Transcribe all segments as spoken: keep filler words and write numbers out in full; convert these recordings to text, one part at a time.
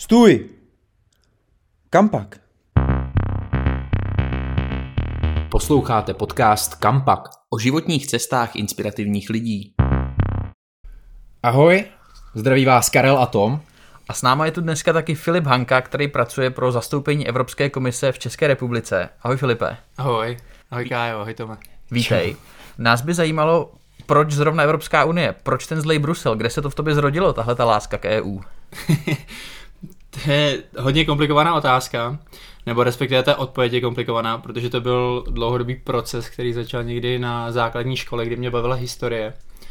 Stůj! Kampak. Posloucháte podcast Kampak o životních cestách inspirativních lidí. Ahoj, zdraví vás Karel a Tom. A s náma je tu dneska taky Filip Hanka, který pracuje pro zastoupení Evropské komise v České republice. Ahoj Filipe. Ahoj, ahoj Kájo, ahoj Tome. Vítej. Nás by zajímalo, proč zrovna Evropská unie, proč ten zlej Brusel, kde se to v tobě zrodilo, tahle ta láska k E U? To je hodně komplikovaná otázka, nebo respektive ta odpověď je komplikovaná, protože to byl dlouhodobý proces, který začal někdy na základní škole, kdy mě bavila historie.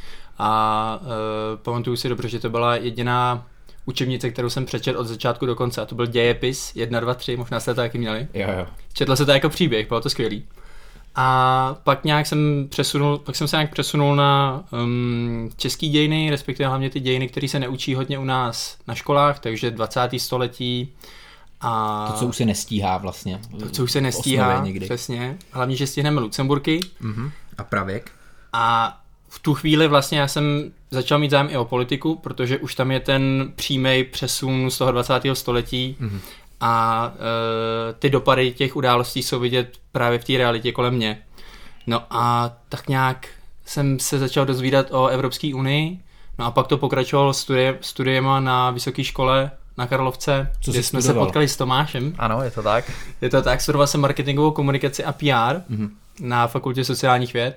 A e, pamatuju si dobře, že to byla jediná učebnice, kterou jsem přečetl od začátku do konce, a to byl dějepis jedna, dva, tři, možná jste to taky měli. Jo, jo. Četl se to jako příběh, bylo to skvělý. A pak nějak jsem přesunul, pak jsem se nějak přesunul na um, český dějiny, respektive hlavně ty dějiny, které se neučí hodně u nás na školách, takže dvacátého století. A To, co už se nestíhá vlastně. to, co už se nestíhá, přesně. Hlavně, že stihneme Lucemburky. Mhm. A pravěk. A v tu chvíli vlastně já jsem začal mít zájem i o politiku, protože už tam je ten přímý přesun z toho dvacátého století. Mhm. A e, ty dopady těch událostí jsou vidět právě v té realitě kolem mě. No a tak nějak jsem se začal dozvídat o Evropské unii, no a pak to pokračovalo studie, studiema na vysoké škole na Karlovce, Co kde jsi jsme studoval? se potkali s Tomášem. Ano, je to tak. Je to tak, studoval jsem marketingovou komunikaci a P R Mhm. na fakultě sociálních věd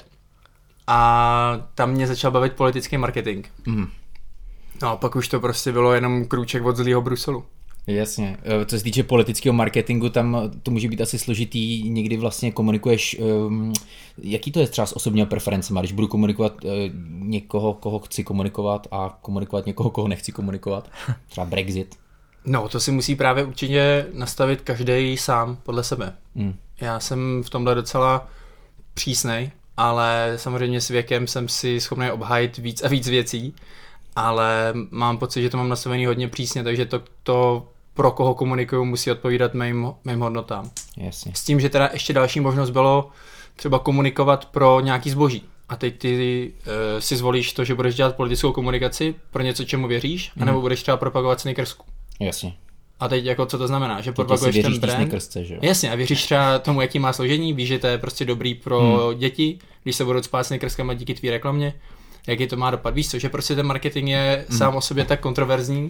a tam mě začal bavit politický marketing. Mhm. No a pak už to prostě bylo jenom krůček od zlýho Bruselu. Jasně. E, Co se týče politického marketingu, tam to může být asi složitý, někdy vlastně komunikuješ, um, jaký to je třeba s osobního preferencema, když budu komunikovat uh, někoho, koho chci komunikovat a komunikovat někoho, koho nechci komunikovat, třeba Brexit. No, to si musí právě určitě nastavit každý sám podle sebe. Mm. Já jsem v tomhle docela přísnej, ale samozřejmě s věkem jsem si schopný obhájit víc a víc věcí, ale mám pocit, že to mám nastavený hodně přísně, takže to, to pro koho komunikuju, musí odpovídat mým, mým hodnotám. Jasně. S tím, že teda ještě další možnost bylo třeba komunikovat pro nějaký zboží. A teď ty uh, si zvolíš to, že budeš dělat politickou komunikaci pro něco, čemu věříš, Mhm. anebo budeš třeba propagovat Snickersku. Jasně. A teď jako co to znamená, že Teď si propaguješ věříš ten té brand. Snickersce, že jo? Jasně, a věříš třeba tomu, jaký má složení, víš, že to je prostě dobrý pro hmm. děti, když se budou spát Snickerskama díky tvý reklamě, jaký to má dopad. Víš co, že prostě ten marketing je hmm. sám o sobě tak kontroverzní.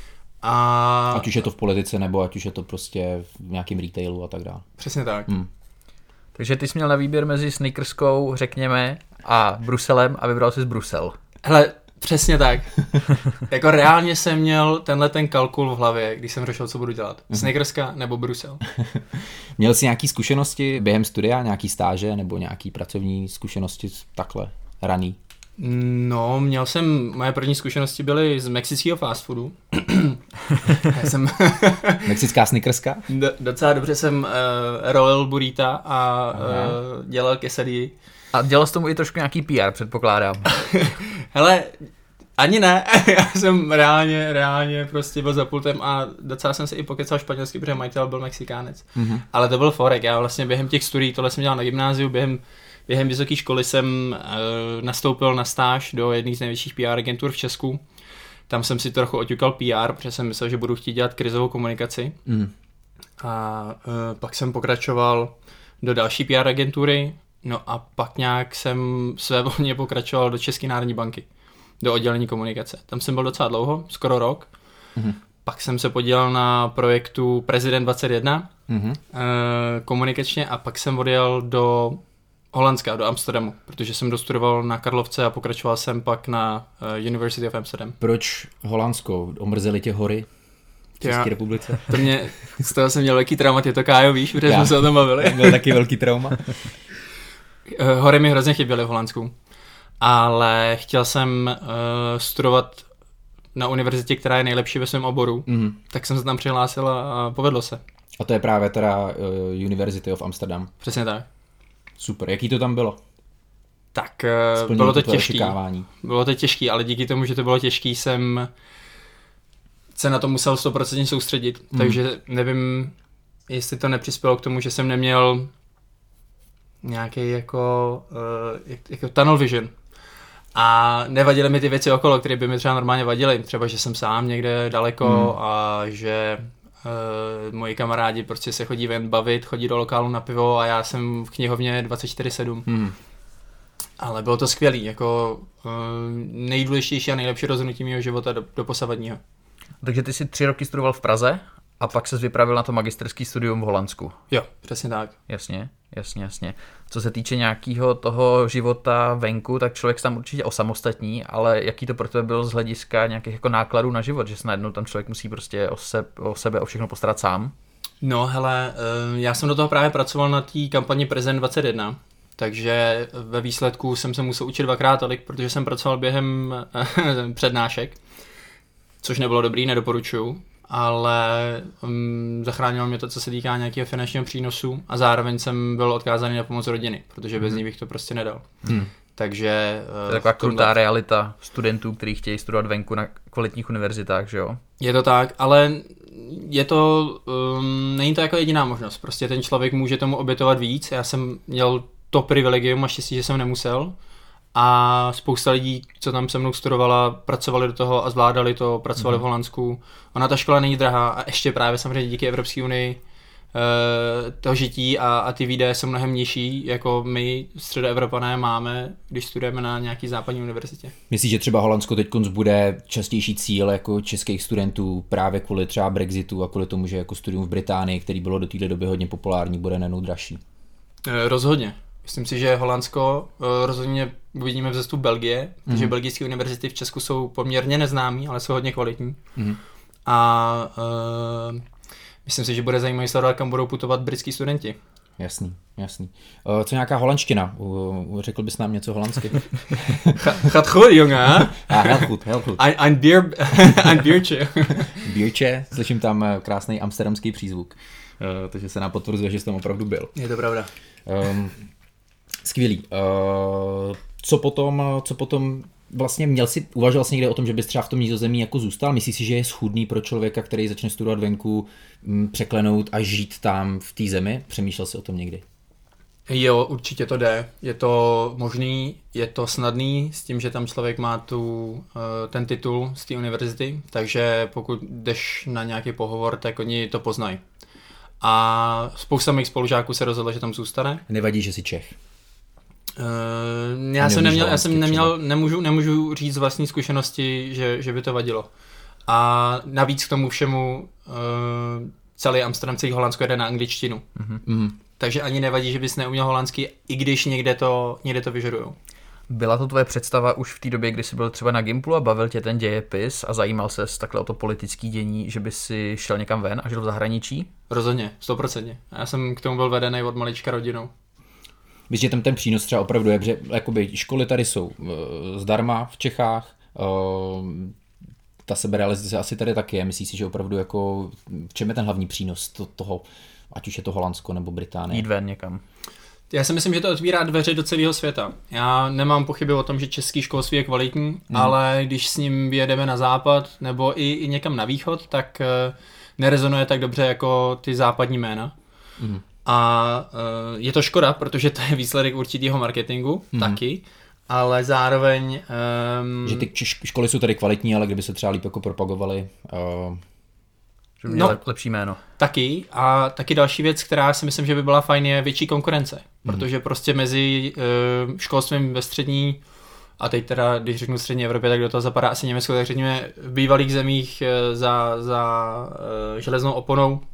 A Ať už je to v politice, nebo ať už je to prostě v nějakém retailu a tak dále. přesně tak. Hmm. Takže ty jsi měl na výběr mezi Snickerskou, řekněme, a Bruselem a vybral jsi z Brusel. Hele, přesně tak. Jako reálně jsem měl tenhle ten kalkul v hlavě, když jsem řešil, co budu dělat. Mhm. Snickerska nebo Brusel. Měl jsi nějaký zkušenosti během studia, nějaký stáže nebo nějaký pracovní zkušenosti takhle raný? No, měl jsem, moje první zkušenosti byly z mexického fast foodu. Já jsem Mexická Snickerska? do, docela dobře jsem uh, rolil burrita a uh, dělal quesadilly. A dělal jsi tomu i trošku nějaký P R, předpokládám. Hele, ani ne, já jsem reálně, reálně prostě byl za pultem a docela jsem si i pokecal španělsky, protože majitel byl Mexikánec. Mm-hmm. Ale to byl forek, já vlastně během těch studií, tohle jsem dělal na gymnáziu, během, během vysoké školy jsem uh, nastoupil na stáž do jedné z největších P R agentur v Česku. Tam jsem si trochu oťukal P R, protože jsem myslel, že budu chtít dělat krizovou komunikaci. Mm. A uh, pak jsem pokračoval do další P R agentury, no a pak nějak jsem svévolně pokračoval do České národní banky, do oddělení komunikace. Tam jsem byl docela dlouho, skoro rok. Mm-hmm. Pak jsem se podílel na projektu Prezident dvacet jedna mm-hmm. eh, komunikačně a pak jsem odjel do Holandska, do Amsterdamu, protože jsem dostudoval na Karlovce a pokračoval jsem pak na uh, University of Amsterdam. Proč Holandsko? Omrzely tě hory v České Já, republice? To mě, z toho jsem měl velký traumat, je to Kájo, víš, protože Já. jsme se o tom bavili. Byl taky velký trauma. Hory mi hrozně chyběly v Holandsku, ale chtěl jsem uh, studovat na univerzitě, která je nejlepší ve svém oboru, mm. tak jsem se tam přihlásil a povedlo se. A to je právě teda uh, University of Amsterdam. Přesně tak. Super, jaký to tam bylo? Tak uh, Splnilo bylo to tvoje těžký. očekávání. Bylo to těžký, ale díky tomu, že to bylo těžký, jsem se na to musel sto procent soustředit, mm. takže nevím, jestli to nepřispělo k tomu, že jsem neměl nějaký jako, uh, jako tunnel vision. A nevadily mi ty věci okolo, které by mi třeba normálně vadily. Třeba, že jsem sám někde daleko hmm. a že uh, moji kamarádi prostě se chodí ven bavit, chodí do lokálu na pivo a já jsem v knihovně dvacet čtyři sedm. Hmm. Ale bylo to skvělý, jako uh, nejdůležitější a nejlepší rozhodnutí mého života do, do posavadního. Takže ty jsi tři roky studoval v Praze a pak ses vypravil na to magisterský studium v Holandsku. Jo, přesně tak. Jasně, jasně, jasně. Co se týče nějakého toho života venku, tak člověk se tam určitě osamostatní, ale jaký to pro tebe byl z hlediska nějakých jako nákladů na život, že se najednou tam člověk musí prostě o, se, o sebe, o všechno postarat sám? No hele, já jsem do toho právě pracoval na té kampani Prezident dvacet jedna, takže ve výsledku jsem se musel učit dvakrát tolik, protože jsem pracoval během přednášek, což nebylo dobrý, nedoporučuju, ale um, zachránilo mě to, co se týká nějakého finančního přínosu a zároveň jsem byl odkázaný na pomoc rodiny, protože bez ní bych to prostě nedal. Hmm. Takže... To je taková krutá realita studentů, kteří chtějí studovat venku na kvalitních univerzitách, že jo? Je to tak, ale je to, um, není to jako jediná možnost. Prostě ten člověk může tomu obětovat víc. Já jsem měl to privilegium a štěstí, že jsem nemusel. A spousta lidí, co tam se mnou studovala, pracovali do toho a zvládali to, pracovali mm. v Holandsku. Ona ta škola není drahá a ještě právě samozřejmě díky Evropské unii e, to žití a, a ty výdaje jsou mnohem nižší, jako my středoevropané máme, když studujeme na nějaký západní univerzitě. Myslíš, že třeba Holandsko teď bude častější cíl jako českých studentů právě kvůli třeba Brexitu a kvůli tomu, že jako studium v Británii, který bylo do téhle doby hodně populární, bude najednou dražší? E, rozhodně. Myslím si, že Holandsko e, rozhodně uvidíme vzestup Belgie, mm. protože belgické univerzity v Česku jsou poměrně neznámý, ale jsou hodně kvalitní. Mm. A e, myslím si, že bude zajímavé sledovat, kam budou putovat britský studenti. Jasný, jasný. Uh, co nějaká holandština? Uh, řekl bys nám něco holandsky? Gaat goed, jongen. Ja, heel goed, heel goed. Ein, ein, bier, ein biertje. Biertje, slyším tam krásný amsterdamský přízvuk. Uh, takže se nám potvrzuje, že jsi tam opravdu byl. Je to pravda. Um, skvělý. Uh, co potom, co potom vlastně měl si, uvažoval jsi někde o tom, že bys třeba v tom Nizozemí jako zůstal? Myslíš si, že je schůdný pro člověka, který začne studovat venku, m, překlenout a žít tam v té zemi? Přemýšlel jsi o tom někdy? Jo, určitě to jde. Je to možný, je to snadný s tím, že tam člověk má tu, ten titul z té univerzity, takže pokud jdeš na nějaký pohovor, tak oni to poznají. A spousta mých spolužáků se rozhodlo, že tam zůstane. Nevadí, že jsi Čech? Uh, já jsem neměl, já jsem neměl, nemůžu, nemůžu říct z vlastní zkušenosti, že, že by to vadilo. A navíc k tomu všemu uh, celý Amsterdam, celý Holandsko jede na angličtinu. Mm-hmm. Takže ani nevadí, že bys neuměl holandsky, i když někde to, někde to vyžadujou. Byla to tvoje představa už v té době, kdy jsi byl třeba na Gimplu a bavil tě ten dějepis a zajímal ses takhle o to politické dění, že bys si šel někam ven a žil v zahraničí? Rozhodně, stoprocentně. Já jsem k tomu byl vedený od malička rodinou. Víš, že tam ten přínos třeba opravdu je, že jakoby školy tady jsou uh, zdarma v Čechách, uh, ta seberealizace asi tady taky je. Myslíš si, že opravdu jako, v čem je ten hlavní přínos to, toho, ať už je to Holandsko nebo Británie? Jít ven někam. Já si myslím, že to otvírá dveře do celého světa. Já nemám pochyby o tom, že český školství je kvalitní, mm. ale když s ním vyjedeme na západ nebo i, i někam na východ, tak uh, nerezonuje tak dobře jako ty západní jména. Mm. A uh, je to škoda, protože to je výsledek určitého marketingu, mm. taky, ale zároveň... Um, že ty školy jsou tady kvalitní, ale kdyby se třeba líp jako propagovaly... Uh... Že by měl no, lepší jméno. Taky. A taky další věc, která si myslím, že by byla fajn, je větší konkurence. Mm. Protože prostě mezi uh, školstvím ve střední, a teď teda, když řeknu střední Evropě, tak do toho zapadá asi Německo, tak řekněme v bývalých zemích uh, za, za uh, železnou oponou, uh,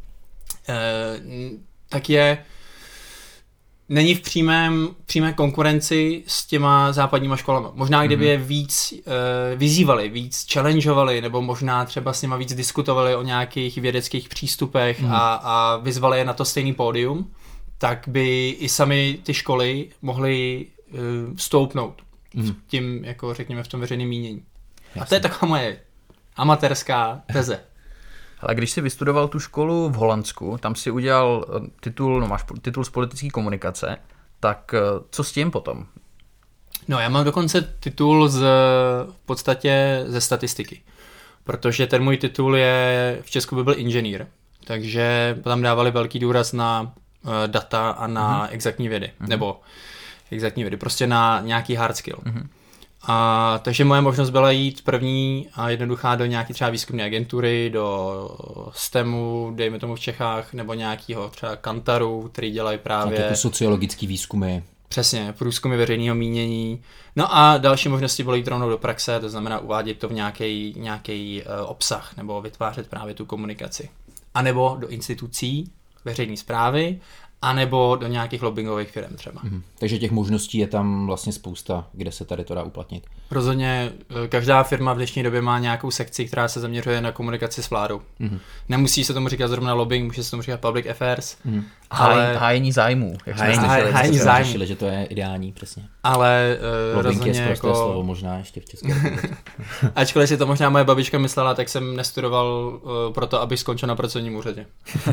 tak je, není v přímém, přímé konkurenci s těma západníma školama. Možná kdyby je víc e, vyzývali, víc challengeovali, nebo možná třeba s nima víc diskutovali o nějakých vědeckých přístupech mm. a, a vyzvali je na to stejný pódium, tak by i sami ty školy mohly e, stoupnout mm. tím, jako řekněme, v tom veřejném mínění. Jasně. A to je taková moje amatérská teze. Ale když jsi vystudoval tu školu v Holandsku, tam si udělal titul, no máš titul z politické komunikace, tak co s tím potom? No já mám dokonce titul z, v podstatě ze statistiky, protože ten můj titul je, v Česku by byl inženýr, takže tam dávali velký důraz na uh, data a na mm-hmm. exaktní vědy, mm-hmm. nebo exaktní vědy, prostě na nějaký hard skill. Mm-hmm. A takže moje možnost byla jít první a jednoduchá do nějaké třeba výzkumné agentury, do STEMu, dejme tomu v Čechách, nebo nějakého třeba Kantaru, který dělají právě... Tak jako sociologický výzkumy. Přesně, průzkumy veřejného mínění. No a další možnosti bylo jít rovnou do praxe, to znamená uvádět to v nějaký, nějaký uh, obsah, nebo vytvářet právě tu komunikaci. A nebo do institucí veřejné správy, anebo do nějakých lobbingových firm třeba. Mhm. Takže těch možností je tam vlastně spousta, kde se tady to dá uplatnit. Rozhodně každá firma v dnešní době má nějakou sekci, která se zaměřuje na komunikaci s vládou. Mhm. Nemusí se tomu říkat zrovna lobbying, může se tomu říkat public affairs. Mhm. Ale hájení zájmů. Jak hájení, jsme hájení, hájení zájmů. Řešili, že to je ideální, přesně. Ale uh, lobbying je jako... slovo možná ještě v České republice. Ačkoliv si to možná moje babička myslela, tak jsem nestudoval uh, proto, abych skončil na pracovním úřadě.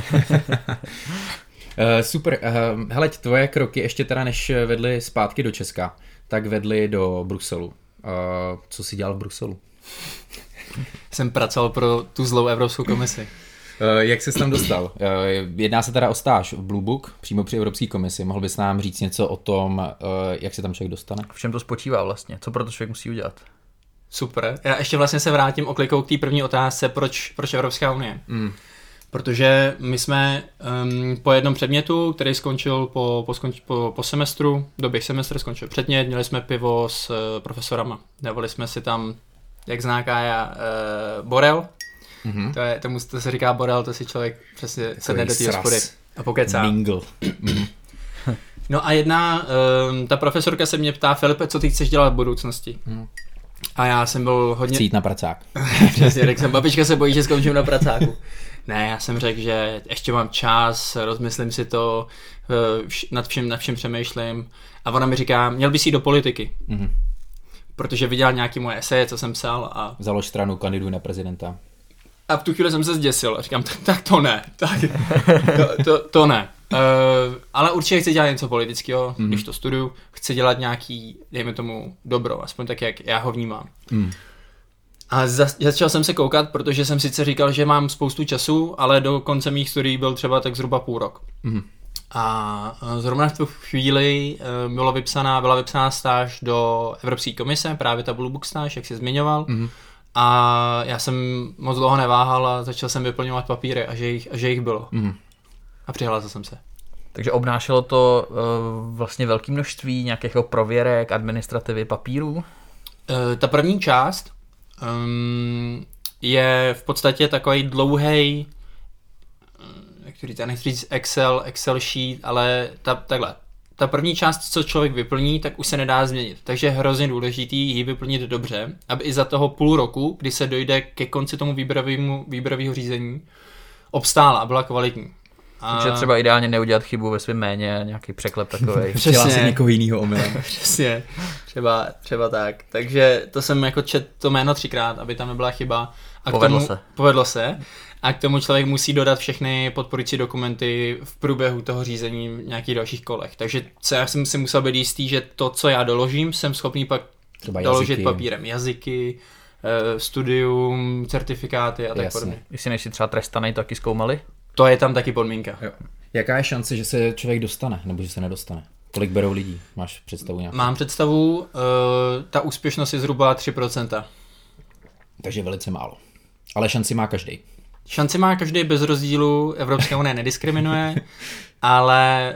Uh, super. Uh, hele, tvoje kroky ještě teda než vedly zpátky do Česka, tak vedly do Bruselu. Uh, co jsi dělal v Bruselu? Jsem pracoval pro tu zlou Evropskou komisi. Uh, jak jsi tam dostal? Uh, jedná se teda o stáž v Blue Book, přímo při Evropské komisi. Mohl bys nám říct něco o tom, uh, jak se tam člověk dostane? V čem to spočívá vlastně? Co pro to člověk musí udělat? Super. Já ještě vlastně se vrátím oklikou k té první otázce, proč, proč Evropská unie. Mm. Protože my jsme um, po jednom předmětu, který skončil po, po, skonč, po, po semestru, doběh semestr skončil předmět, měli jsme pivo s uh, profesorama. Dávali jsme si tam, jak zná Kája, uh, Borel. Mm-hmm. To, je, tomu to se říká Borel, to si člověk přesně sedne do té hospody a pokecá. Mingle. No a jedna, um, ta profesorka se mě ptá, Filipe, co ty chceš dělat v budoucnosti? Mm. A já jsem byl hodně... Chci jít na pracák. Přesně, řekl jsem, babička se bojí, že skončím na pracáku. Ne, já jsem řekl, že ještě mám čas, rozmyslím si to, nad všem, nad všem přemýšlím. A ona mi říká, měl bys jít do politiky. Mm-hmm. Protože viděl nějaký moje eseje, co jsem psal. A... Založ stranu, kandiduj na prezidenta. A v tu chvíli jsem se zděsil a říkám, tak, tak to ne, tak, to, to, to ne. Uh, ale určitě chci dělat něco politického, mm. když to studuju, chci dělat nějaký, dejme tomu, dobro, aspoň tak, jak já ho vnímám. Mm. A za, začal jsem se koukat, protože jsem sice říkal, že mám spoustu času, ale do konce mých studií byl třeba tak zhruba půl rok. Mm. A zrovna v tu chvíli uh, byla vypsaná, byla vypsaná stáž do Evropské komise, právě ta Blue Book stáž, jak jsi zmiňoval. Mm. A já jsem moc dlouho neváhal a začal jsem vyplňovat papíry a že jich, a že jich bylo. Mm. A přihlásil jsem se. Takže obnášelo to uh, vlastně velké množství nějakých prověrek, administrativy, papírů? Uh, ta první část um, je v podstatě takový dlouhý, jak to říct, já nechci říct Excel, Excel sheet, ale ta, takhle. Ta první část, co člověk vyplní, tak už se nedá změnit. Takže je hrozně důležitý ji vyplnit dobře, aby i za toho půl roku, kdy se dojde ke konci tomu výběrovému, výběrového řízení, obstála a byla kvalitní. A... Takže třeba ideálně neudělat chybu ve svém jméně, nějaký překlep takovej. Přihlásit někoho jinýho omylem. Přesně, třeba, třeba tak. Takže to jsem jako čet to jméno třikrát, aby tam nebyla chyba. A povedlo k tomu, se. Povedlo se. A k tomu člověk musí dodat všechny podporující dokumenty v průběhu toho řízení v nějakých dalších kolech. Takže co já jsem si musel být jistý, že to, co já doložím, jsem schopný pak třeba doložit jazyky. papírem. Jazyky, studium, certifikáty a tak podobně. Jestli nejsi třeba trestanej, taky zkoumali? To je tam taky podmínka. Jo. Jaká je šance, že se člověk dostane, nebo že se nedostane? Kolik berou lidí? Máš představu nějakou? Mám představu, uh, ta úspěšnost je zhruba tři procenta. Takže velice málo. Ale šanci má každý. Šanci má každý bez rozdílu, Evropská unie nediskriminuje, ale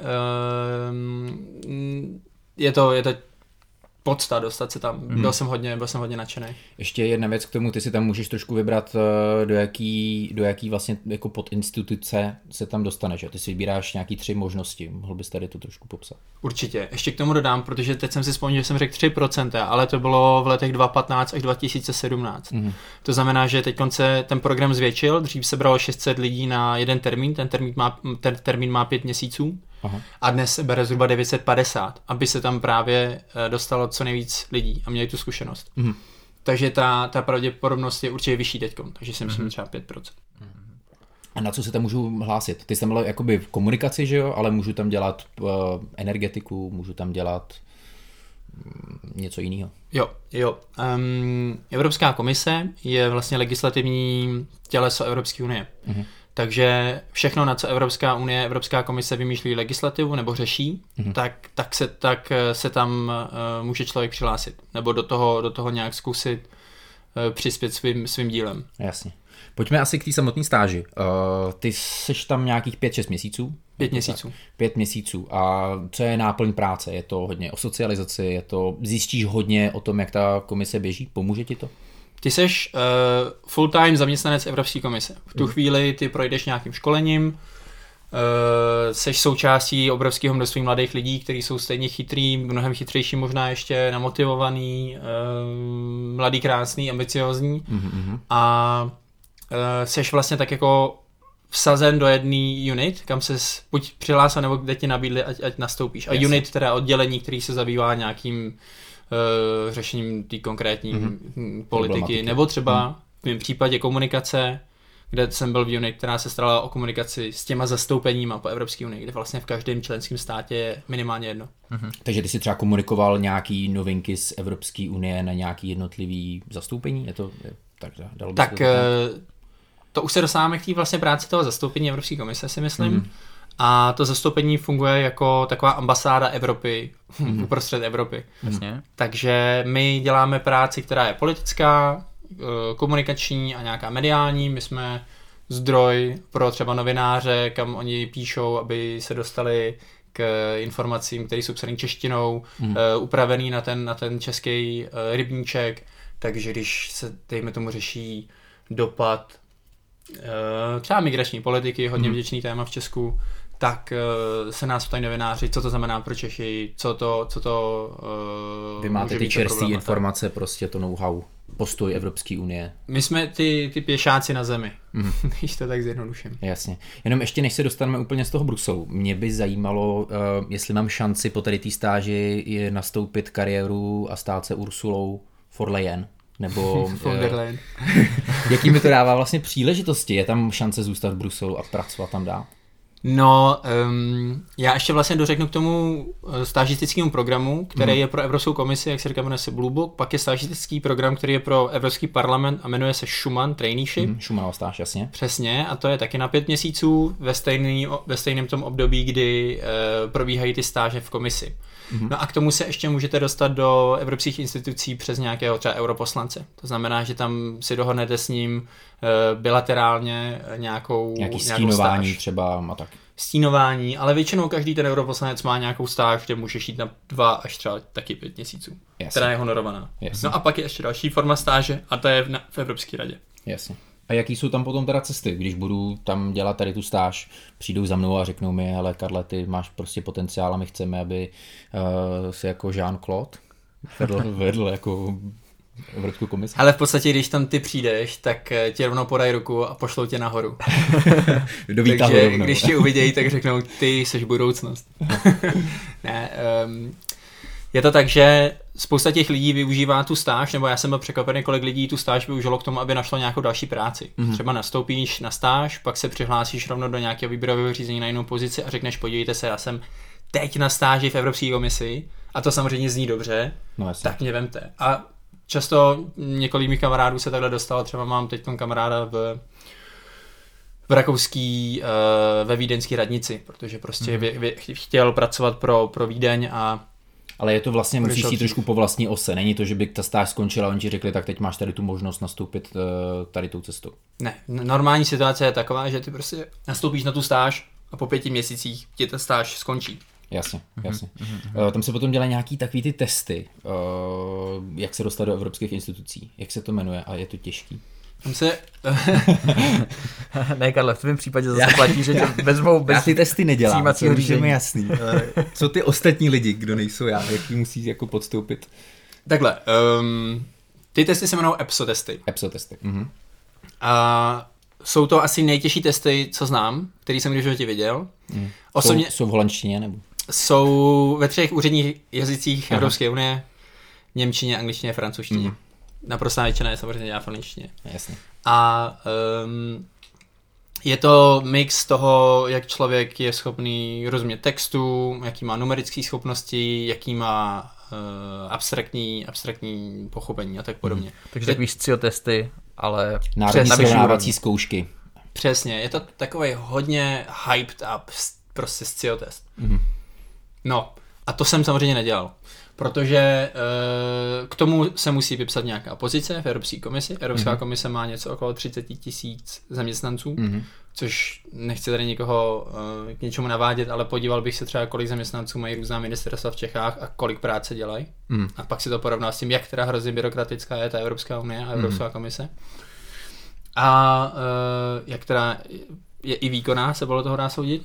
uh, je to, je to podsta dostat se tam. Hmm. Byl jsem hodně, byl jsem hodně nadšený. Ještě jedna věc k tomu, ty si tam můžeš trošku vybrat, do jaký, do jaký vlastně jako podinstituce se tam dostaneš. Ty si vybíráš nějaký tři možnosti. Mohl bys tady to trošku popsat? Určitě. Ještě k tomu dodám, protože teď jsem si vzpomněl, že jsem řekl tři procenta, ale to bylo v letech dva tisíce patnáct až dva tisíce sedmnáct. Hmm. To znamená, že teď se ten program zvětšil, dřív se bralo šest set lidí na jeden termín, ten termín má, ten termín má pět měsíců. Aha. A dnes se bere zhruba devět set padesát, aby se tam právě dostalo co nejvíc lidí a měli tu zkušenost. Mm. Takže ta, ta pravděpodobnost je určitě vyšší teďkom, takže si myslím mm. třeba pět procent. A na co se tam můžu hlásit? Ty jsi tam byl jakoby v komunikaci, že jo, ale můžu tam dělat uh, energetiku, můžu tam dělat um, něco jiného. Jo, jo. Um, Evropská komise je vlastně legislativní těleso Evropské unie. Mm. Takže všechno, na co Evropská unie, Evropská komise vymýšlí legislativu nebo řeší, mm-hmm. tak, tak, se, tak se tam uh, může člověk přihlásit. Nebo do toho, do toho nějak zkusit uh, přispět svým, svým dílem. Jasně. Pojďme asi k té samotné stáži. Uh, ty seš tam nějakých pět šest měsíců? Pět měsíců. Tak. Pět měsíců. A co je náplň práce? Je to hodně o socializaci? Je to, zjistíš hodně o tom, jak ta komise běží? Pomůže ti to? Ty seš uh, full-time zaměstnanec Evropské komise. V tu mm. chvíli ty projdeš nějakým školením, uh, seš součástí obrovského množství mladých lidí, kteří jsou stejně chytrý, mnohem chytřejší možná ještě, namotivovaný, uh, mladý, krásný, ambiciozní. Mm-hmm. A uh, seš vlastně tak jako vsazen do jedné unit, kam ses buď přihlásil, nebo kde ti nabídli, ať, ať nastoupíš. A Jasně. unit, teda oddělení, který se zabývá nějakým Uh, řešením té konkrétní mm-hmm. politiky, nebo třeba mm. v mém případě komunikace, kde jsem byl v unit, která se starala o komunikaci s těma zastoupeníma po Evropské unii, kde vlastně v každém členském státě je minimálně jedno. Mm-hmm. Takže ty si třeba komunikoval nějaký novinky z Evropské unie na nějaký jednotlivý zastoupení? Je to je, tak, dalo by tak to, uh, to už se dostáváme k té vlastně práci toho zastoupení Evropské komise, si myslím. Mm-hmm. A to zastoupení funguje jako taková ambasáda Evropy mm. uprostřed Evropy. Jasně. Takže my děláme práci, která je politická, komunikační a nějaká mediální. My jsme zdroj pro třeba novináře, kam oni píšou, aby se dostali k informacím, které jsou psaný češtinou, mm. upravený na ten, na ten český rybníček. Takže když se, dejme tomu, řeší dopad třeba migrační politiky, hodně mm. vděčný téma v Česku, tak uh, se nás ptají novináři, co to znamená pro Čechy, co to, co to uh, Vy máte ty čerstvé informace, prostě to know-how, postoj Evropské unie. My jsme ty, ty pěšáci na zemi, mm. když to tak zjednoduším. Jasně. Jenom ještě než se dostaneme úplně z toho Bruselu, mě by zajímalo, uh, jestli mám šanci po tady té stáži je nastoupit kariéru a stát se Ursulou von der Leyen. Nebo von der Leyen. Jaký mi to dává vlastně příležitosti? Je tam šance zůstat v Bruselu a pracovat tam dál? No, um, já ještě vlastně dořeknu k tomu stážistickému programu, který mm. je pro Evropskou komisi, jak se říká, jmenuje se Blue Book, pak je stážistický program, který je pro Evropský parlament a jmenuje se Schumann Traineeship. Mm, Schumannova stáž, jasně. Přesně, a to je taky na pět měsíců ve, stejný, ve stejném tom období, kdy uh, probíhají ty stáže v komisi. Mm. No a k tomu se ještě můžete dostat do evropských institucí přes nějakého třeba europoslance. To znamená, že tam si dohodnete s ním uh, bilaterálně nějakou, Nějaký nějakou stínování stáž. třeba a tak. Stínování, ale většinou každý ten europoslanec má nějakou stáž, kde může jít na dva až třeba taky pět měsíců, Jasně. která je honorovaná. Jasně. No a pak je ještě další forma stáže a to je v, v Evropské radě. Jasně. A jaký jsou tam potom teda cesty, když budu tam dělat tady tu stáž, přijdou za mnou a řeknou mi, hele Karle, ty máš prostě potenciál a my chceme, aby uh, si jako Jean-Claude vedl, vedl jako Evropskou komisi. Ale v podstatě, když tam ty přijdeš, tak tě rovnou podají ruku a pošlou tě nahoru. Do výtahu Takže rovnou. když tě uvidějí, tak řeknou, ty jsi budoucnost. ne, um, je to tak, že spousta těch lidí využívá tu stáž, nebo já jsem byl překvapený, kolik lidí tu stáž využilo k tomu, aby našlo nějakou další práci. Mm-hmm. Třeba nastoupíš na stáž, pak se přihlásíš rovnou do nějakého výběrového řízení na jinou pozici a řekneš, podívejte se, já jsem teď na stáži v Evropské komisi a to samozřejmě zní dobře, no, tak mě vemte. A často několik mých kamarádů se takhle dostalo, třeba mám teď kamaráda v, v rakouský, uh, ve vídeňské radnici, protože prostě mm-hmm. vy, vy, chtěl pracovat pro, pro Vídeň a ale je to vlastně, musíš jít trošku po vlastní ose, není to, že by ta stáž skončila a oni ti řekli, tak teď máš tady tu možnost nastoupit uh, tady tou cestou. Ne, normální situace je taková, že ty prostě nastoupíš na tu stáž a po pěti měsících ti ta stáž skončí. Jasně, jasně. Mm-hmm. Uh, tam se potom dělají nějaký takový ty testy, uh, jak se dostat do evropských institucí, jak se to jmenuje a je to těžký. Tam se... ne, Karle, v tvém případě zase já, platí, že tě vezmou bez já ty testy nedělám, to už je mi jasný. Uh, co ty ostatní lidi, kdo nejsou já, jaký musí jako podstoupit? Takhle, um, ty testy se jmenou E P S O testy. E P S O testy. Mhm. A jsou to asi nejtěžší testy, co znám, který jsem kdy v životě viděl. Mm. Osobně... Jsou, jsou v holandštině nebo? Jsou ve třech úředních jazycích Aha. Evropské unie, němčině, angličtině, francouzštině. Mm. Naprostá většina je samozřejmě dělá v angličtině. Jasně. A um, je to mix toho, jak člověk je schopný rozumět textu, jaký má numerické schopnosti, jaký má uh, abstraktní, abstraktní pochopení a tak podobně. Mm. Takže takový sciotesty, ale národní srovnávací zkoušky. Přesně, je to takový hodně hyped up prostě scio test. Mm-hmm. No, a to jsem samozřejmě nedělal, protože e, k tomu se musí vypsat nějaká pozice v Evropské komisi. Evropská mm-hmm. komise má něco okolo třicet tisíc zaměstnanců, mm-hmm. což nechci tady nikoho e, k něčemu navádět, ale podíval bych se třeba, kolik zaměstnanců mají různá ministerstva v Čechách a kolik práce dělají. Mm. A pak si to porovná s tím, jak teda hrozně byrokratická je ta Evropská unie a Evropská mm. komise. A e, jak teda je i výkonná, se bylo toho dá soudit.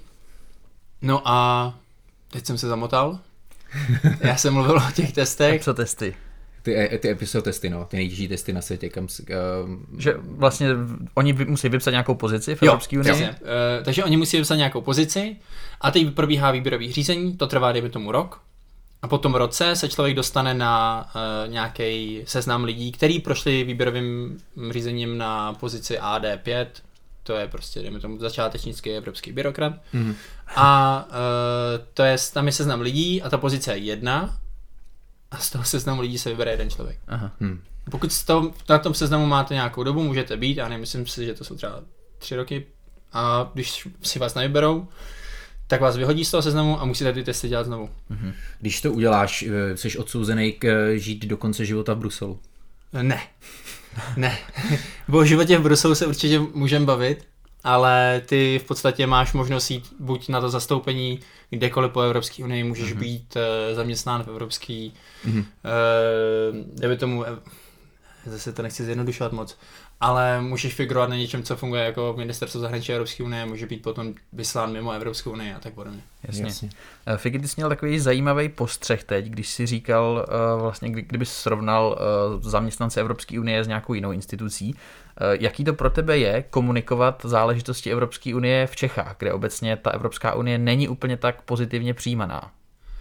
No a teď jsem se zamotal. Já jsem mluvil o těch testech. Co testy? Ty, ty episode testy, no, ty nejtěžší testy na světě. Kam, uh... Že vlastně oni musí vypsat nějakou pozici v Evropské unii? Jo, uh, takže oni musí vypsat nějakou pozici a teď probíhá výběrový řízení, to trvá dejme tomu rok. A po tom roce se člověk dostane na uh, nějaký seznam lidí, kteří prošli výběrovým řízením na pozici A D pět, to je prostě, dejme tomu, začátečnický evropský byrokrat. Mm. A uh, to je, tam je seznam lidí a ta pozice je jedna a z toho seznamu lidí se vybere jeden člověk. Aha. Hmm. Pokud z toho, na tom seznamu máte nějakou dobu, můžete být, a nemyslím si, že to jsou třeba tři roky, a když si vás nevyberou, tak vás vyhodí z toho seznamu a musíte ty testy dělat znovu. Mhm. Když to uděláš, jsi odsouzený k žít do konce života v Bruselu? Ne. Ne. O životě v Bruselu se určitě můžeme bavit, ale ty v podstatě máš možnost jít buď na to zastoupení kdekoliv po Evropské unii, můžeš mm-hmm. být uh, zaměstnán v Evropské, mm-hmm. uh, dejme tomu, zase to nechci zjednodušovat moc, ale můžeš figurovat na něčem, co funguje jako ministerstvo zahraničí Evropské unie, může být potom vyslán mimo Evropskou unii a tak podobně. Jasně. Jasně. Fiky, ty jsi měl takový zajímavý postřeh teď, když jsi říkal, uh, vlastně, kdy, kdybys srovnal uh, zaměstnance Evropské unie s nějakou jinou institucí, uh, jaký to pro tebe je komunikovat záležitosti Evropské unie v Čechách, kde obecně ta Evropská unie není úplně tak pozitivně přijímaná?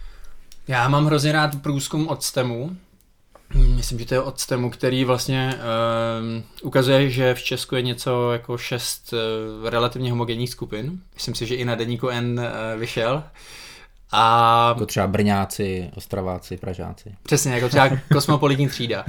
Já mám hrozně rád průzkum od STEMu. Myslím, že to je od STEMu, který vlastně uh, ukazuje, že v Česku je něco jako šest uh, relativně homogenních skupin. Myslím si, že i na deníku N uh, vyšel. A... Jako třeba Brňáci, Ostraváci, Pražáci. Přesně, jako třeba kosmopolitní třída.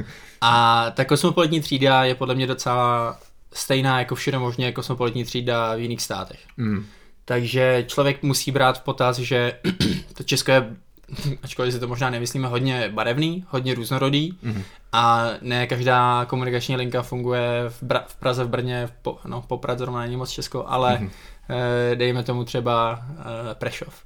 A ta kosmopolitní třída je podle mě docela stejná jako všude možně kosmopolitní třída v jiných státech. Mm. Takže člověk musí brát v potaz, že to Česko je, ačkoliv si to možná nemyslíme, hodně barevný, hodně různorodý mm. a ne každá komunikační linka funguje v, Bra- v Praze, v Brně, v po, no po Praze zrovna není moc Česko, ale mm. eh, dejme tomu třeba eh, Prešov.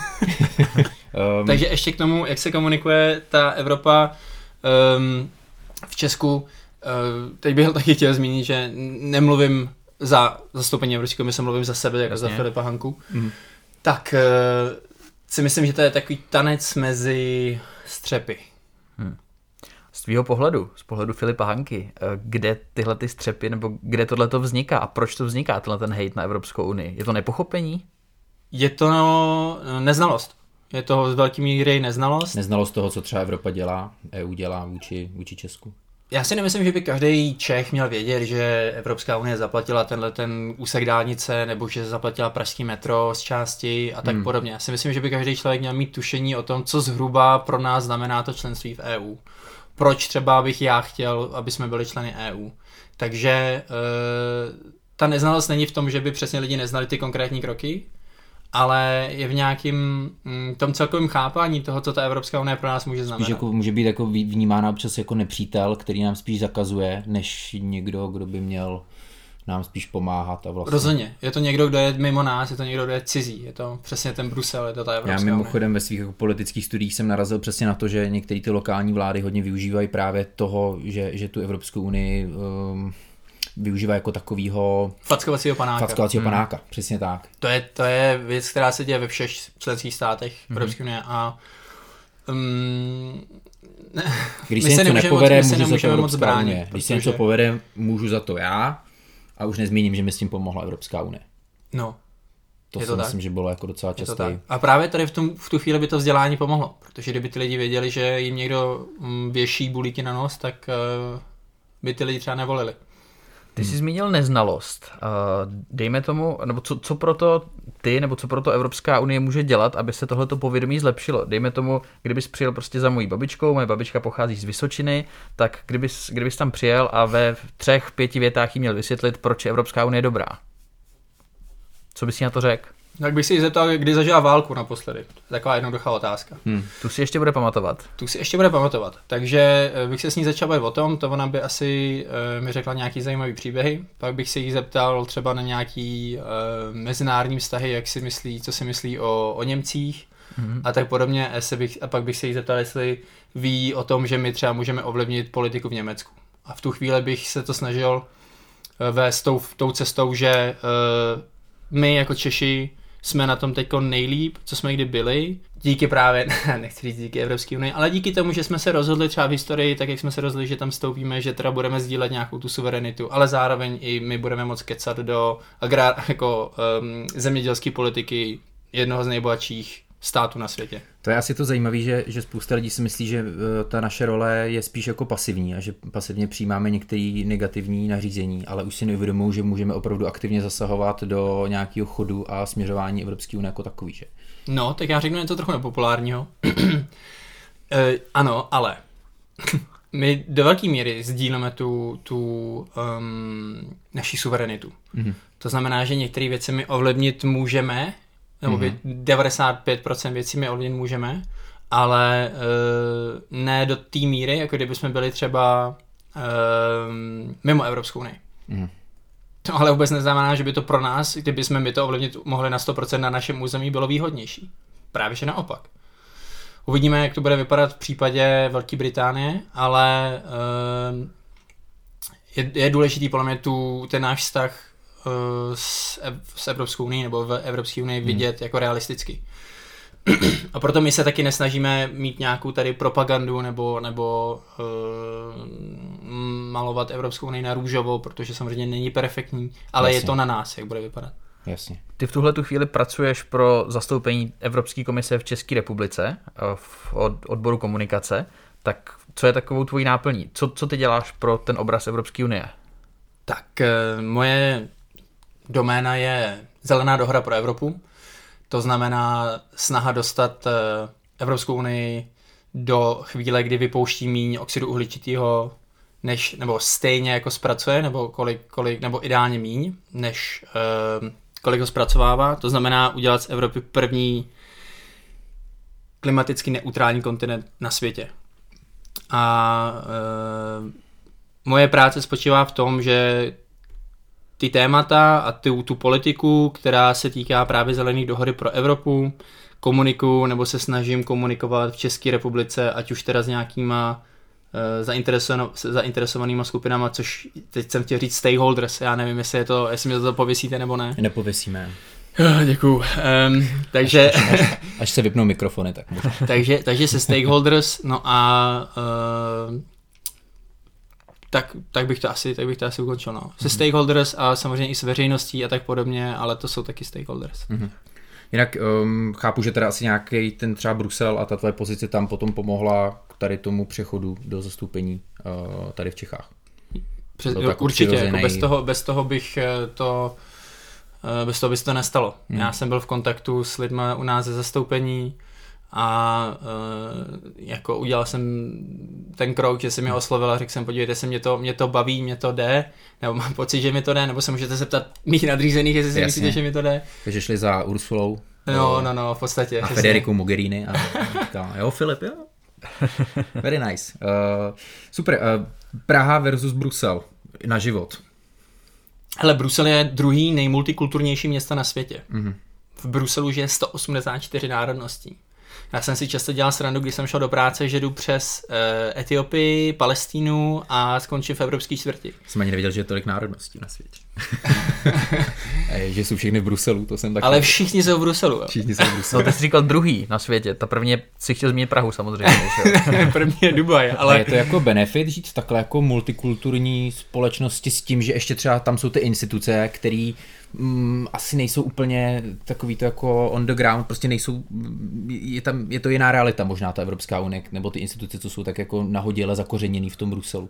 um. Takže ještě k tomu, jak se komunikuje ta Evropa um, v Česku, uh, teď bych taky chtěl zmínit, že nemluvím za zastoupení Evropské komise, mluvím za sebe, jako za Filipa Hanku, mm. tak uh, si myslím, že to je takový tanec mezi střepy. Hmm. Z tvýho pohledu, z pohledu Filipa Hanky, kde tyhle ty střepy, nebo kde tohleto vzniká a proč to vzniká, tenhle ten hejt na Evropskou unii? Je to nepochopení? Je to no, neznalost. Je to z velké míry neznalost. Neznalost toho, co třeba Evropa dělá, E U dělá vůči, vůči Česku. Já si nemyslím, že by každý Čech měl vědět, že Evropská unie zaplatila tenhle ten úsek dálnice, nebo že zaplatila pražský metro z části a tak hmm. podobně. Já si myslím, že by každý člověk měl mít tušení o tom, co zhruba pro nás znamená to členství v E U. Proč třeba bych já chtěl, aby jsme byli členy E U. Takže e, ta neznalost není v tom, že by přesně lidi neznali ty konkrétní kroky, ale je v nějakém tom celkovém chápání toho, co ta Evropská unie pro nás může znamenat. Spíš jako, může být jako vnímána občas jako nepřítel, který nám spíš zakazuje, než někdo, kdo by měl nám spíš pomáhat. A vlastně... Rozhodně. Je to někdo, kdo je mimo nás, je to někdo, kdo je cizí. Je to přesně ten Brusel, je to ta Evropská unie. Já mimochodem unie. Ve svých jako politických studiích jsem narazil přesně na to, že některé ty lokální vlády hodně využívají právě toho, že, že tu Evropskou unii um, využívá jako takovýho fackovacího panáka. Fackovacího hmm. panáka, přesně tak. To je, to je věc, která se děje ve všech členských státech hmm. Evropské unie a um, ne, když se něco nepovede, moc, můžu za to Evropská unie. Když se něco povede, můžu za to já a už nezmíním, že mi s tím pomohla Evropská unie. No. To si myslím, že bylo jako docela časté. A právě tady v, tom, v tu chvíli by to vzdělání pomohlo, protože kdyby ty lidi věděli, že jim někdo věší bulíky na nos, tak uh, by ty lidi třeba nevolili. Ty jsi zmínil neznalost. Dejme tomu, nebo co, co proto ty, nebo co proto Evropská unie může dělat, aby se tohleto povědomí zlepšilo? Dejme tomu, kdybys přijel prostě za mojí babičkou, moje babička pochází z Vysočiny, tak kdybys, kdybys tam přijel a ve třech, pěti větách jí měl vysvětlit, proč je Evropská unie dobrá. Co bys si na to řekl? Tak bych si zeptal, kdy zažila válku naposledy. Taková jednoduchá otázka. Hmm. Tu si ještě bude pamatovat. Tu si ještě bude pamatovat. Takže bych se s ní začal bavit o tom, to ona by asi uh, mi řekla nějaký zajímavý příběhy. Pak bych se jí zeptal třeba na nějaký uh, mezinárodní vztahy, jak si myslí, co si myslí o, o Němcích mm-hmm. a tak podobně. A, bych, a pak bych se jí zeptal, jestli ví o tom, že my třeba můžeme ovlivnit politiku v Německu. A v tu chvíli bych se to snažil uh, vést tou, tou cestou, že uh, my jako Češi jsme na tom teďko nejlíp, co jsme kdy byli, díky právě, nechci říct díky Evropské unii, ale díky tomu, že jsme se rozhodli třeba v historii, tak jak jsme se rozhodli, že tam vstoupíme, že teda budeme sdílet nějakou tu suverenitu, ale zároveň i my budeme moct kecat do agrár, jako um, zemědělské politiky jednoho z nejbohatších států na světě. To je asi to zajímavé, že, že spousta lidí si myslí, že ta naše role je spíš jako pasivní a že pasivně přijímáme některé negativní nařízení, ale už si neuvědomují, že můžeme opravdu aktivně zasahovat do nějakého chodu a směřování Evropské unie jako takový, že? No, tak já řeknu něco trochu nepopulárního. e, ano, ale my do velké míry sdílíme tu, tu um, naši suverenitu. Mm-hmm. To znamená, že některé věci my ovlivnit můžeme, nebo mm-hmm. devadesát pět procent věcí my ovlivnit můžeme, ale uh, ne do té míry, jako kdyby jsme byli třeba uh, mimo Evropskou unii. Mm-hmm. To ale vůbec neznamená, že by to pro nás, kdyby jsme my to ovlivnit mohli na sto procent na našem území, bylo výhodnější. Právě že naopak. Uvidíme, jak to bude vypadat v případě Velké Británie, ale uh, je, je důležitý podle mě tu, ten náš vztah uh, s, s Evropskou unii nebo v Evropské unii vidět hmm. jako realisticky. A proto my se taky nesnažíme mít nějakou tady propagandu nebo, nebo uh, malovat Evropskou unii na růžovo, protože samozřejmě není perfektní, ale Jasně. je to na nás, jak bude vypadat. Jasně. Ty v tuhle tu chvíli pracuješ pro zastoupení Evropské komise v České republice v odboru komunikace, tak co je takovou tvojí náplní? Co, co ty děláš pro ten obraz Evropské unie? Tak moje doména je Zelená dohoda pro Evropu. To znamená snaha dostat Evropskou unii do chvíle, kdy vypouští míň oxidu uhličitého, než, nebo stejně jako zpracuje, nebo kolik, kolik nebo ideálně míň, než uh, kolik ho zpracovává. To znamená udělat z Evropy první klimaticky neutrální kontinent na světě. A uh, moje práce spočívá v tom, že ty témata a tu, tu politiku, která se týká právě zelených dohody pro Evropu, komunikuju nebo se snažím komunikovat v České republice, ať už teda s nějakýma uh, zainteresovan, zainteresovanýma skupinama, což teď jsem chtěl říct stakeholders, já nevím, jestli, je to, jestli mi to pověsíte nebo ne. Nepověsíme. Děkuju. Um, takže... Až, až, až, až se vypnou mikrofony, tak možná. takže, takže se stakeholders, no a uh, tak, tak, bych to asi, tak bych to asi ukončil. No. Se mm-hmm. stakeholders a samozřejmě i s veřejností a tak podobně, ale to jsou taky stakeholders. Mm-hmm. Jinak um, chápu, že teda asi nějaký ten třeba Brusel a ta tvoje pozice tam potom pomohla k tady tomu přechodu do zastoupení uh, tady v Čechách. Přes, jo, určitě, jako bez, toho, bez toho bych to bez toho by se to nestalo. Hmm. Já jsem byl v kontaktu s lidmi u nás ze zastoupení a uh, jako udělal jsem ten krok, že jsem mě oslovil a řekl jsem, podívejte se, mě to, mě to baví, mě to jde, nebo mám pocit, že mi to jde, nebo se můžete zeptat mých nadřízených, jestli si Jasně. myslíte, že mi to jde. Takže šli za Ursulou. No, no, no, v podstatě. A Federiku Mogherini a říká, jo, Filip, jo. Very nice. Uh, super, uh, Praha versus Brusel na život. Hele, Brusel je druhý nejmultikulturnější město na světě. Mm-hmm. V Bruselu žije sto osmdesát čtyři národností. Já jsem si často dělal srandu, když jsem šel do práce, že jdu přes uh, Etiopii, Palestínu a skončím v evropské čtvrti. Jsem ani nevěděl, že je tolik národností na světě. Že jsou všichni v Bruselu, to jsem taky. Ale všichni jsou v Bruselu. Jo? Všichni jsou v Bruselu. No, ty jsi říkal druhý na světě, ta první si chtěl zmínit Prahu samozřejmě. První je Dubaj, ale... A je to jako benefit žít v takhle jako multikulturní společnosti s tím, že ještě třeba tam jsou ty instituce, které mm, asi nejsou úplně takový to jako on the ground, prostě nejsou, je tam, je to jiná realita možná ta Evropská unie, nebo ty instituce, co jsou tak jako nahodile zakořeněný v tom Bruselu.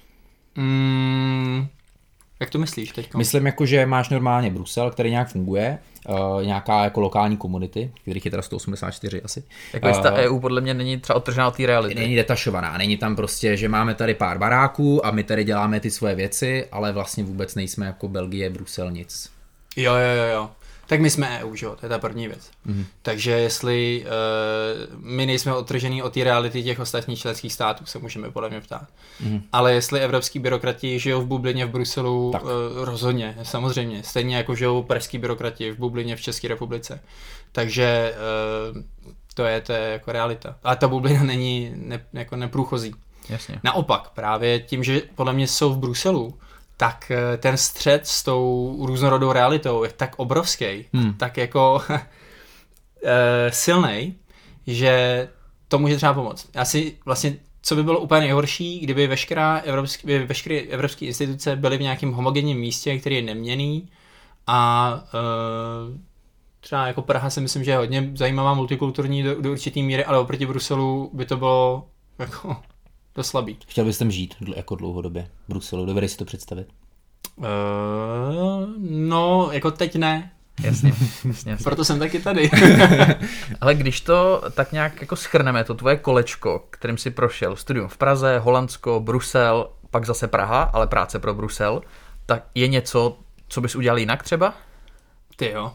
Mm, jak to myslíš teď? Myslím jako, že máš normálně Brusel, který nějak funguje, uh, nějaká jako lokální komunity, kterých je teda sto osmdesát čtyři asi. Jako uh, ta E U podle mě není třeba odtržená od té reality. Není detašovaná, není tam prostě, že máme tady pár baráků a my tady děláme ty svoje věci, ale vlastně vůbec nejsme jako Belgie, Brusel, nic. Jo, jo, jo, jo. Tak my jsme E U, že jo, to je ta první věc. Mm. Takže jestli uh, my nejsme odtržený od té reality těch ostatních členských států, se můžeme podle mě ptát. Mm. Ale jestli evropský byrokrati žijou v bublině v Bruselu, uh, rozhodně, samozřejmě. Stejně jako žijou pražský byrokrati v bublině v České republice. Takže uh, to je, to je jako realita. A ta bublina není ne, jako neprůchozí. Jasně. Naopak, právě tím, že podle mě jsou v Bruselu, tak ten střed s tou různorodou realitou je tak obrovský, hmm. tak jako silnej, že to může třeba pomoct. Já si vlastně, co by bylo úplně nejhorší, kdyby veškerá evropský, by veškeré evropské instituce byly v nějakém homogenním místě, který je neměnný a uh, třeba jako Praha si myslím, že je hodně zajímavá multikulturní do, do určitý míry, ale oproti Bruselu by to bylo jako to slabý. Chtěl bys tam žít jako dlouhodobě v Bruselu, dovedeš si to představit? Uh, no, jako teď ne. Jasně, jasně, jasně. Proto jsem taky tady. Ale když to tak nějak jako shrneme, to tvoje kolečko, kterým si prošel, studium v Praze, Holandsko, Brusel, pak zase Praha, ale práce pro Brusel, tak je něco, co bys udělal jinak třeba? Ty jo.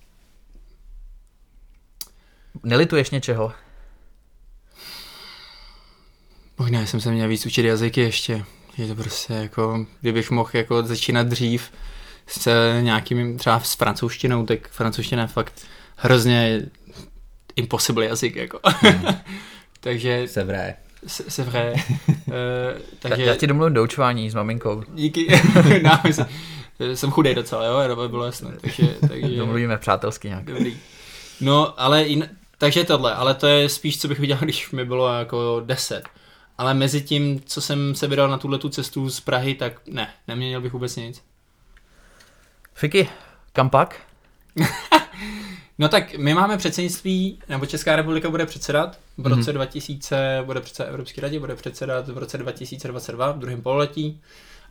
Nelituješ něčeho? Možná jsem se měl víc učit jazyky ještě. Je to prostě jako, kdybych mohl jako začínat dřív s nějakým třeba s francouzštinou, tak francouzština je fakt hrozně impossible jazyk jako. Mm. Takže... C'est vrai. C'est vrai. uh, takže... Já ti domluvím doučování s maminkou. Díky. no, jsem, jsem chudej docela, jo, to by bylo jasné. Takže, takže... Domluvíme přátelsky nějak. Dobrý. No, ale jin... takže tohle, ale to je spíš, co bych udělal, když mi bylo jako deset. Ale mezi tím, co jsem se vydal na tuhletu cestu z Prahy, tak ne, neměnil bych vůbec nic. Fiky, kam pak? No tak my máme předsednictví, nebo Česká republika bude předsedat v roce mm-hmm. dva tisíce, bude předsedat Evropské radě, bude předsedat v roce dva tisíce dvacet dva, v druhém pololetí.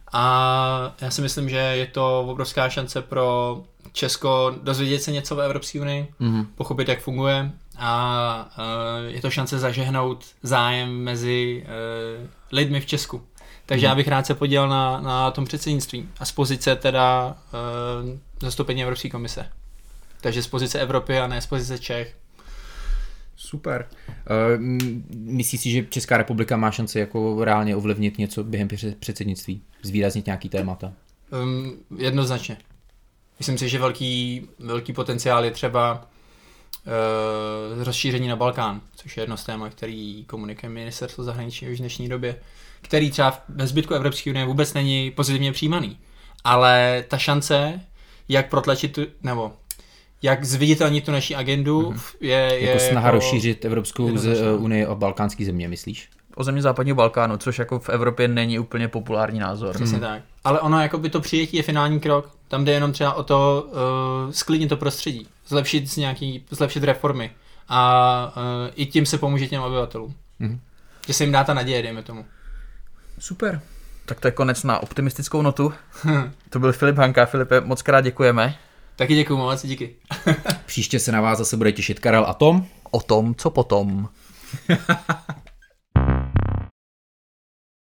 A já si myslím, že je to obrovská šance pro Česko dozvědět se něco o Evropské unii, mm-hmm. pochopit, jak funguje a uh, je to šance zažehnout zájem mezi uh, lidmi v Česku. Takže mm-hmm. já bych rád se podílel na, na tom předsednictví a z pozice teda uh, zastoupení Evropské komise. Takže z pozice Evropy a ne z pozice Čech. Super. Uh, myslíš si, že Česká republika má šanci jako reálně ovlivnit něco během předsednictví? Zvýraznit nějaký témata? Um, jednoznačně. Myslím si, že velký, velký potenciál je třeba uh, rozšíření na Balkán, což je jedno z témat, který komunikuje ministerstvo zahraničí už v dnešní době, který třeba ve zbytku Evropské unie vůbec není pozitivně přijímaný. Ale ta šance, jak protlačit tu, nebo jak zviditelnit tu naši agendu, mm-hmm. je, je... Jako snaha jako rozšířit Evropskou z, unii o balkánský země, myslíš? O země západního Balkánu, což jako v Evropě není úplně populární názor. Přesně hmm. tak. Ale ono, jako by to přijetí je finální krok. Tam jde jenom třeba o to uh, sklidnit to prostředí, zlepšit nějaký, zlepšit reformy a uh, i tím se pomůže těm obyvatelům. Hmm. Že se jim dá ta naděje, dejme tomu. Super. Tak to je konec na optimistickou notu. To byl Filip Hanka. Filipe, moc krát děkujeme. Taky děkuju moc, díky. Příště se na vás zase bude těšit Karel a Tom. O tom, co potom.